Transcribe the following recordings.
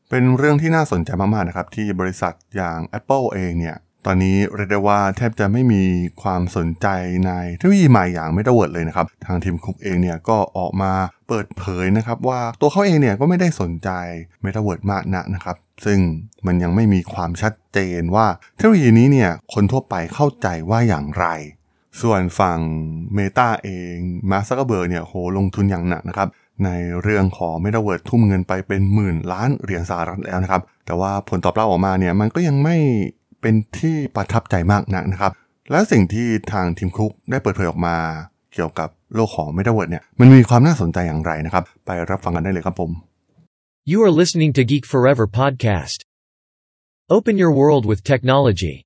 เป็นเรื่องที่น่าสนใจมากๆนะครับที่บริษัทอย่าง Apple เองเนี่ยตอนนี้เรียกได้ว่าแทบจะไม่มีความสนใจในเทคโนโลยีใหม่อย่าง Metaverse เลยนะครับทางทีมคุกเองเนี่ยก็ออกมาเปิดเผยนะครับว่าตัวเขาเองเนี่ยก็ไม่ได้สนใจ Metaverse มากนักนะครับซึ่งมันยังไม่มีความชัดเจนว่าเทคโนโลยีนี้เนี่ยคนทั่วไปเข้าใจว่าอย่างไรส่วนฝั่ง Meta เองมาร์ค ซักเคอร์เบิร์กเนี่ยลงทุนอย่างหนักนะครับในเรื่องของ Metaverse ทุ่มเงินไปเป็นหมื่นล้านเหรียญสหรัฐแล้วนะครับแต่ว่าผลตอบรับออกมาเนี่ยมันก็ยังไม่เป็นที่ประทับใจมากนักนะครับและสิ่งที่ทางทีมคุกได้เปิดเผยออกมาเกี่ยวกับโลกของ Metaverse เนี่ยมันมีความน่าสนใจอย่างไรนะครับไปรับฟังกันได้เลยครับผม You are listening to Geek Forever podcast. Open your world with technology.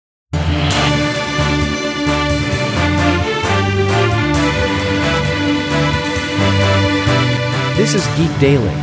This is Geek Daily.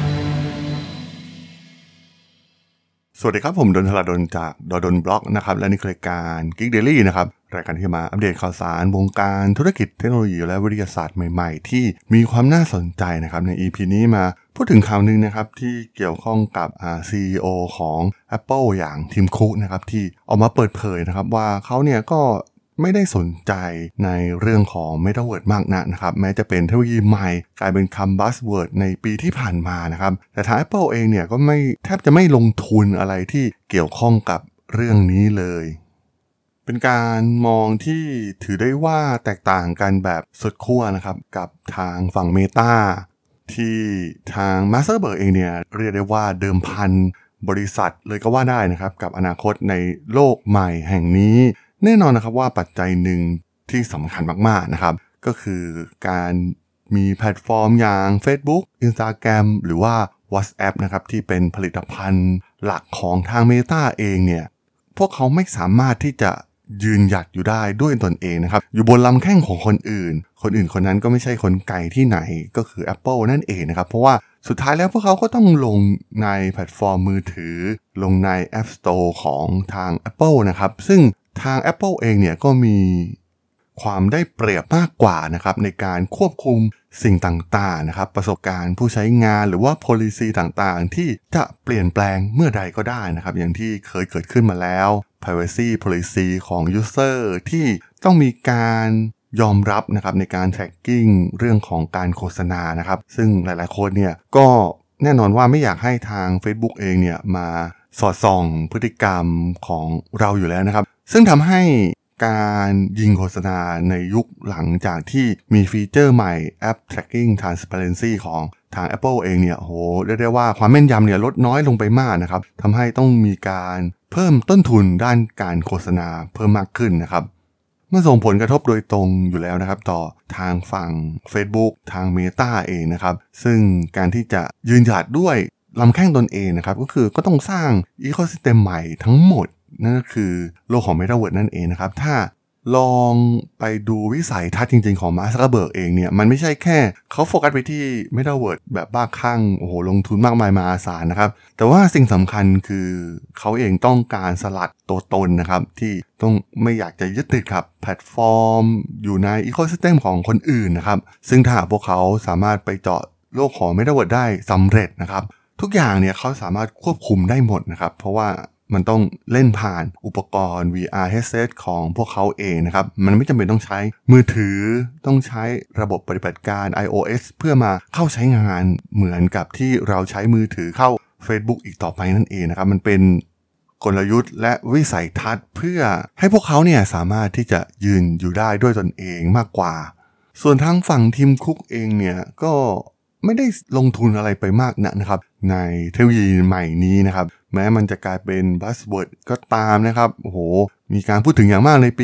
สวัสดีครับผมดนทราดลจากดนบล็อกนะครับและนี่คือรายการ Geek Daily นะครับรายการที่มาอัปเดตข่าวสารวงการธุรกิจเทคโนโลยีและวิทยาศาสตร์ใหม่ๆที่มีความน่าสนใจนะครับใน EP นี้มาพูดถึงข่าวนึงนะครับที่เกี่ยวข้องกับ CEO ของ Apple อย่างทีมคุกนะครับที่ออกมาเปิดเผยนะครับว่าเขาเนี่ยก็ไม่ได้สนใจในเรื่องของ Metaverse มากนักนะครับแม้จะเป็นเทคโนโลยีใหม่กลายเป็นคำ buzzword ในปีที่ผ่านมานะครับแต่ทาง Apple เองเนี่ยก็แทบจะไม่ลงทุนอะไรที่เกี่ยวข้องกับเรื่องนี้เลยเป็นการมองที่ถือได้ว่าแตกต่างกันแบบสุดขั้วนะครับกับทางฝั่ง Meta ที่ทางมาร์ค ซักเคอร์เบิร์กเองเนี่ยเรียกได้ว่าเดิมพันบริษัทเลยก็ว่าได้นะครับกับอนาคตในโลกใหม่แห่งนี้แน่นอนนะครับว่าปัจจัยหนึ่งที่สำคัญมากๆนะครับก็คือการมีแพลตฟอร์มอย่าง Facebook Instagram หรือว่า WhatsApp นะครับที่เป็นผลิตภัณฑ์หลักของทาง Meta เองเนี่ยพวกเขาไม่สามารถที่จะยืนหยัดอยู่ได้ด้วยตนเองนะครับอยู่บนลำแข้งของคนอื่นคนนั้นก็ไม่ใช่คนไกลที่ไหนก็คือ Apple นั่นเองนะครับเพราะว่าสุดท้ายแล้วพวกเขาก็ต้องลงในแพลตฟอร์มมือถือลงใน App Store ของทาง Apple นะครับซึ่งทาง Apple เองเนี่ยก็มีความได้เปรียบมากกว่านะครับในการควบคุมสิ่งต่างๆนะครับประสบการณ์ผู้ใช้งานหรือว่า policy ต่างๆที่จะเปลี่ยนแปลงเมื่อใดก็ได้นะครับอย่างที่เคยเกิดขึ้นมาแล้ว privacy policy ของ user ที่ต้องมีการยอมรับนะครับในการ tracking เรื่องของการโฆษณานะครับซึ่งหลายๆคนเนี่ยก็แน่นอนว่าไม่อยากให้ทาง Facebook เองเนี่ยมาสอดส่องพฤติกรรมของเราอยู่แล้วนะครับซึ่งทำให้การยิงโฆษณาในยุคหลังจากที่มีฟีเจอร์ใหม่ App Tracking Transparency ของทาง Apple เองเนี่ยเรียกได้ว่าความแม่นยำเนี่ยลดน้อยลงไปมากนะครับทำให้ต้องมีการเพิ่มต้นทุนด้านการโฆษณาเพิ่มมากขึ้นนะครับมันส่งผลกระทบโดยตรงอยู่แล้วนะครับต่อทางฝั่ง Facebook ทาง Meta เองนะครับซึ่งการที่จะยืนหยัดด้วยลำแข้งตนเองนะครับก็คือก็ต้องสร้าง Ecosystem ใหม่ทั้งหมดนั่นก็คือโลกของ Metaverse นั่นเองนะครับถ้าลองไปดูวิสัยทัศน์จริงๆของมาร์ค ซักเคอร์เบิร์กเองเนี่ยมันไม่ใช่แค่เขาโฟกัสไปที่ Metaverse แบบบ้าคลั่งลงทุนมากมายมหาศาลนะครับแต่ว่าสิ่งสำคัญคือเขาเองต้องการสลัดตัวตนนะครับที่ต้องไม่อยากจะยึดติดกับแพลตฟอร์มอยู่ในอีโคซิสเต็มของคนอื่นนะครับซึ่งถ้าพวกเขาสามารถไปเจาะโลกของ Metaverse ได้สำเร็จนะครับทุกอย่างเนี่ยเขาสามารถควบคุมได้หมดนะครับเพราะว่ามันต้องเล่นผ่านอุปกรณ์ VR headset ของพวกเขาเองนะครับมันไม่จำเป็นต้องใช้มือถือต้องใช้ระบบปฏิบัติการ iOS เพื่อมาเข้าใช้งานเหมือนกับที่เราใช้มือถือเข้า Facebook อีกต่อไปนั่นเองนะครับมันเป็นกลยุทธ์และวิสัยทัศน์เพื่อให้พวกเขาเนี่ยสามารถที่จะยืนอยู่ได้ด้วยตนเองมากกว่าส่วนทางฝั่งทีมคุกเองเนี่ยก็ไม่ได้ลงทุนอะไรไปมากนะครับในเทคโนโลยีใหม่นี้นะครับแม้มันจะกลายเป็นบัสเวิร์ดก็ตามนะครับมีการพูดถึงอย่างมากในปี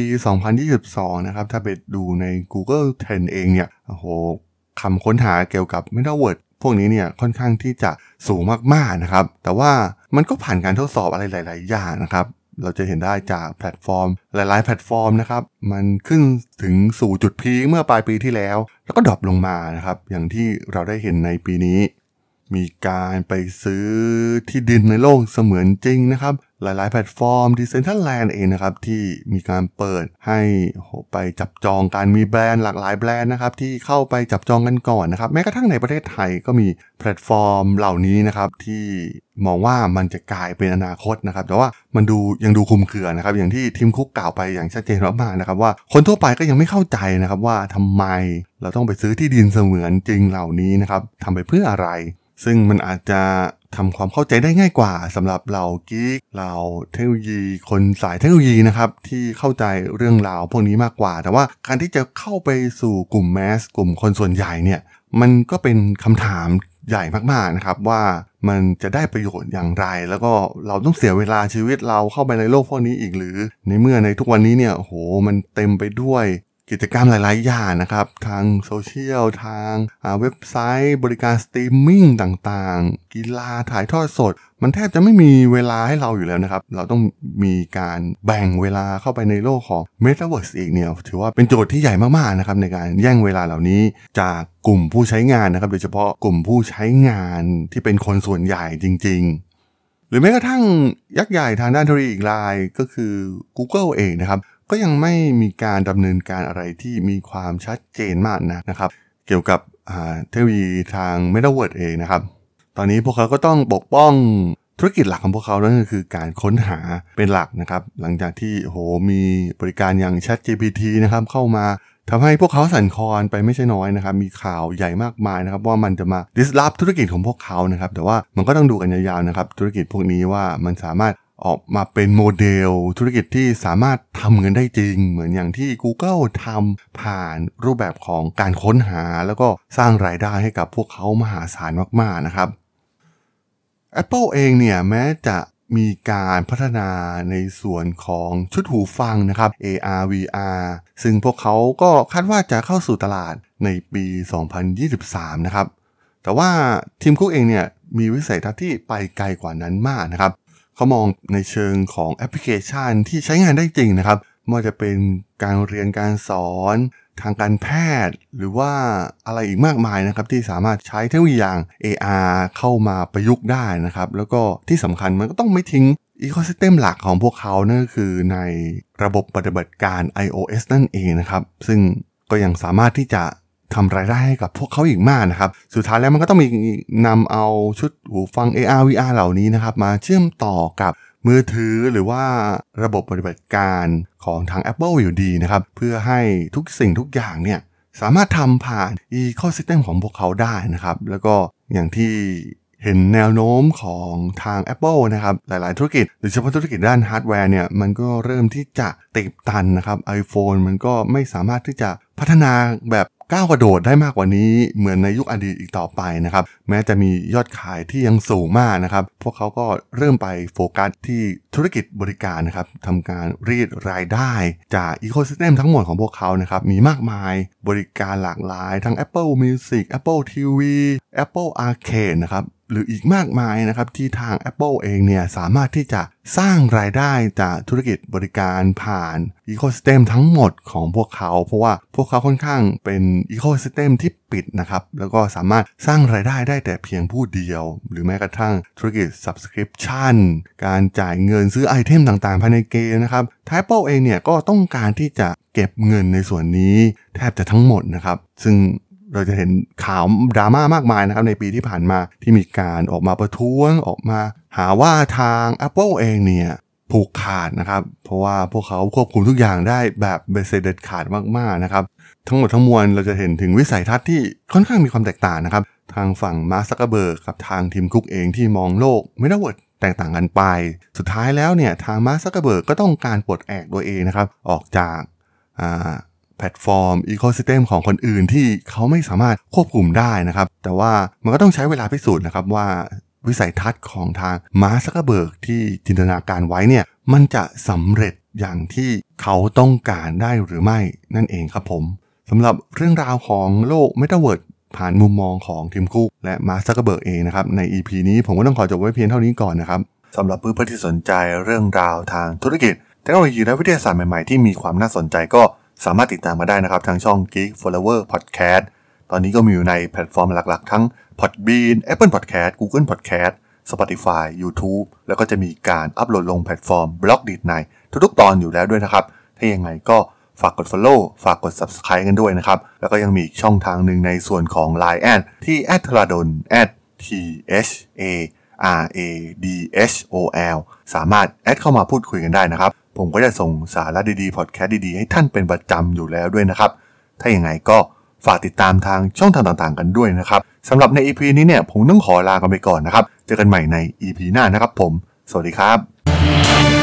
2022 นะครับถ้าไปดูใน Google Trend เองเนี่ยคำค้นหาเกี่ยวกับ Metaverse พวกนี้เนี่ยค่อนข้างที่จะสูงมากๆนะครับแต่ว่ามันก็ผ่านการทดสอบอะไรหลายๆอย่างนะครับเราจะเห็นได้จากแพลตฟอร์มหลายๆแพลตฟอร์มนะครับมันขึ้นถึงสู่จุดพีคเมื่อปลายปีที่แล้วแล้วก็ดรอปลงมานะครับอย่างที่เราได้เห็นในปีนี้มีการไปซื้อที่ดินในโลกเสมือนจริงนะครับหลายๆแพลตฟอร์ม Decentraland เองนะครับที่มีการเปิดให้ไปจับจองการมีแบรนด์หลากหลายแบรนด์นะครับที่เข้าไปจับจองกันก่อนนะครับแม้กระทั่งในประเทศไทยก็มีแพลตฟอร์มเหล่านี้นะครับที่มองว่ามันจะกลายเป็นอนาคตนะครับแต่ว่ามันยังดูคลุมเครือนะครับอย่างที่ทีมคุกกล่าวไปอย่างชัดเจนมากๆนะครับว่าคนทั่วไปก็ยังไม่เข้าใจนะครับว่าทำไมเราต้องไปซื้อที่ดินเสมือนจริงเหล่านี้นะครับทำไปเพื่ออะไรซึ่งมันอาจจะทำความเข้าใจได้ง่ายกว่าสำหรับเรากิ๊กเราเทคโนโลยีคนสายเทคโนโลยีนะครับที่เข้าใจเรื่องราวพวกนี้มากกว่าแต่ว่าการที่จะเข้าไปสู่กลุ่มแมสกลุ่มคนส่วนใหญ่เนี่ยมันก็เป็นคำถามใหญ่มากๆนะครับว่ามันจะได้ประโยชน์อย่างไรแล้วก็เราต้องเสียเวลาชีวิตเราเข้าไปในโลกพวกนี้อีกหรือในเมื่อในทุกวันนี้เนี่ยโอ้โหมันเต็มไปด้วยกิจกรรมหลายๆอย่างนะครับทางโซเชียลทางเว็บไซต์บริการสตรีมมิ่งต่างๆกีฬาถ่ายทอดสดมันแทบจะไม่มีเวลาให้เราอยู่แล้วนะครับเราต้องมีการแบ่งเวลาเข้าไปในโลกของ Metaverse อีกเนี่ยถือว่าเป็นโจทย์ที่ใหญ่มากๆนะครับในการแย่งเวลาเหล่านี้จากกลุ่มผู้ใช้งานนะครับโดยเฉพาะกลุ่มผู้ใช้งานที่เป็นคนส่วนใหญ่จริงๆหรือแม้กระทั่งยักษ์ใหญ่ทางด้านเทคโนโลยีอีกรายก็คือ Google เองนะครับก็ยังไม่มีการดำเนินการอะไรที่มีความชัดเจนมากนะครับเกี่ยวกับเทคโนโลยีทาง Metaverse เองนะครับตอนนี้พวกเขาก็ต้องปกป้องธุรกิจหลักของพวกเขานั่นก็คือการค้นหาเป็นหลักนะครับหลังจากที่มีบริการอย่าง ChatGPT นะครับเข้ามาทำให้พวกเขาสั่นคลอนไปไม่ใช่น้อยนะครับมีข่าวใหญ่มากมายนะครับว่ามันจะมา disrupt ธุรกิจของพวกเขานะครับแต่ว่ามันก็ต้องดูกันยาวๆนะครับธุรกิจพวกนี้ว่ามันสามารถออกมาเป็นโมเดลธุรกิจที่สามารถทำเงินได้จริงเหมือนอย่างที่ Google ทำผ่านรูปแบบของการค้นหาแล้วก็สร้างรายได้ให้กับพวกเขามหาศาลมากๆนะครับ Apple เองเนี่ยแม้จะมีการพัฒนาในส่วนของชุดหูฟังนะครับ AR VR ซึ่งพวกเขาก็คาดว่าจะเข้าสู่ตลาดในปี 2023 นะครับแต่ว่าทีมคุกเองเนี่ยมีวิสัยทัศน์ที่ไปไกลกว่านั้นมากนะครับเขามองในเชิงของแอปพลิเคชันที่ใช้งานได้จริงนะครับไม่ว่าจะเป็นการเรียนการสอนทางการแพทย์หรือว่าอะไรอีกมากมายนะครับที่สามารถใช้เทคโนโลยีอย่าง AR เข้ามาประยุกต์ได้นะครับแล้วก็ที่สำคัญมันก็ต้องไม่ทิ้งอีโคซิสเต็มหลักของพวกเขานั่นก็คือในระบบปฏิบัติการ iOS นั่นเองนะครับซึ่งก็ยังสามารถที่จะทำรายได้ให้กับพวกเขาอีกมากนะครับสุดท้ายแล้วมันก็ต้องมีนำเอาชุดหูฟัง AR VR เหล่านี้นะครับมาเชื่อมต่อกับมือถือหรือว่าระบบปฏิบัติการของทาง Apple อยู่ดีนะครับเพื่อให้ทุกสิ่งทุกอย่างเนี่ยสามารถทำผ่าน Ecosystem ของพวกเขาได้นะครับแล้วก็อย่างที่เห็นแนวโน้มของทาง Apple นะครับหลายๆธุรกิจโดยเฉพาะธุรกิจด้านฮาร์ดแวร์เนี่ยมันก็เริ่มที่จะตีบตันนะครับ iPhone มันก็ไม่สามารถที่จะพัฒนาแบบก้าวกระโดดได้มากกว่านี้เหมือนในยุคอดีตอีกต่อไปนะครับแม้จะมียอดขายที่ยังสูงมากนะครับพวกเขาก็เริ่มไปโฟกัสที่ธุรกิจบริการนะครับทำการรีดรายได้จากอีโคซิสเต็มทั้งหมดของพวกเขานะครับมีมากมายบริการหลากหลายทั้ง Apple Music Apple TV Apple Arcade นะครับหรืออีกมากมายนะครับที่ทาง Apple เองเนี่ยสามารถที่จะสร้างรายได้จากธุรกิจบริการผ่านอีโคซิสเต็มทั้งหมดของพวกเขาเพราะว่าพวกเขาค่อนข้างเป็นอีโคซิสเต็มที่ปิดนะครับแล้วก็สามารถสร้างรายได้ได้แต่เพียงผู้เดียวหรือแม้กระทั่งธุรกิจ Subscription การจ่ายเงินซื้อไอเทมต่างๆภายในเกมนะครับ Apple เองเนี่ยก็ต้องการที่จะเก็บเงินในส่วนนี้แทบจะทั้งหมดนะครับซึ่งเราจะเห็นข่าวดราม่ามากมายนะครับในปีที่ผ่านมาที่มีการออกมาประท้วงออกมาหาว่าทาง Apple เองเนี่ยผูกขาดนะครับเพราะว่าพวกเขาควบคุมทุกอย่างได้แบบเด็ดขาดมากๆนะครับทั้งหมดทั้งมวลเราจะเห็นถึงวิสัยทัศน์ที่ค่อนข้างมีความแตกต่างนะครับทางฝั่งมาร์ค ซักเคอร์เบิร์กกับทางทีมคุกเองที่มองโลกไม่ได้แตกต่างกันไปสุดท้ายแล้วเนี่ยทางมาร์ค ซักเคอร์เบิร์กก็ต้องการปลดแอกตัวเองนะครับออกจากแพลตฟอร์มอีโคซิสเต็มของคนอื่นที่เขาไม่สามารถควบคุมได้นะครับแต่ว่ามันก็ต้องใช้เวลาพิสูจน์นะครับว่าวิสัยทัศน์ของทางมาร์ค ซักเคอร์เบิร์กที่จินตนาการไว้เนี่ยมันจะสำเร็จอย่างที่เขาต้องการได้หรือไม่นั่นเองครับผมสำหรับเรื่องราวของโลกเมตาเวิร์สผ่านมุมมองของทีมคุกและมาร์ค ซักเคอร์เบิร์กเองนะครับใน EP นี้ผมก็ต้องขอจบไว้เพียงเท่านี้ก่อนนะครับสำหรับเพื่อนๆที่สนใจเรื่องราวทางธุรกิจเทคโนโลยีและวิทยาศาสตร์ใหม่ๆที่มีความน่าสนใจก็สามารถติดตามมาได้นะครับทางช่อง Geek Flower Podcast ตอนนี้ก็มีอยู่ในแพลตฟอร์มหลักๆทั้ง Podbean, Apple Podcast, Google Podcast, Spotify, YouTube แล้วก็จะมีการอัปโหลดลงแพลตฟอร์ม Blogdit ในทุกๆตอนอยู่แล้วด้วยนะครับถ้ายังไงก็ฝากกด follow ฝากกด subscribe กันด้วยนะครับแล้วก็ยังมีอีกช่องทางหนึ่งในส่วนของ Line แอดที่ @thradol @THARADSOL สามารถแอดเข้ามาพูดคุยกันได้นะครับผมก็จะส่งสาระดีๆพอดแคสต์ดีๆให้ท่านเป็นประจำอยู่แล้วด้วยนะครับถ้าอย่างไงก็ฝากติดตามทางช่องทางต่างๆกันด้วยนะครับสำหรับใน EP นี้เนี่ยผมต้องขอลากันไปก่อนนะครับเจอกันใหม่ใน EP หน้านะครับผมสวัสดีครับ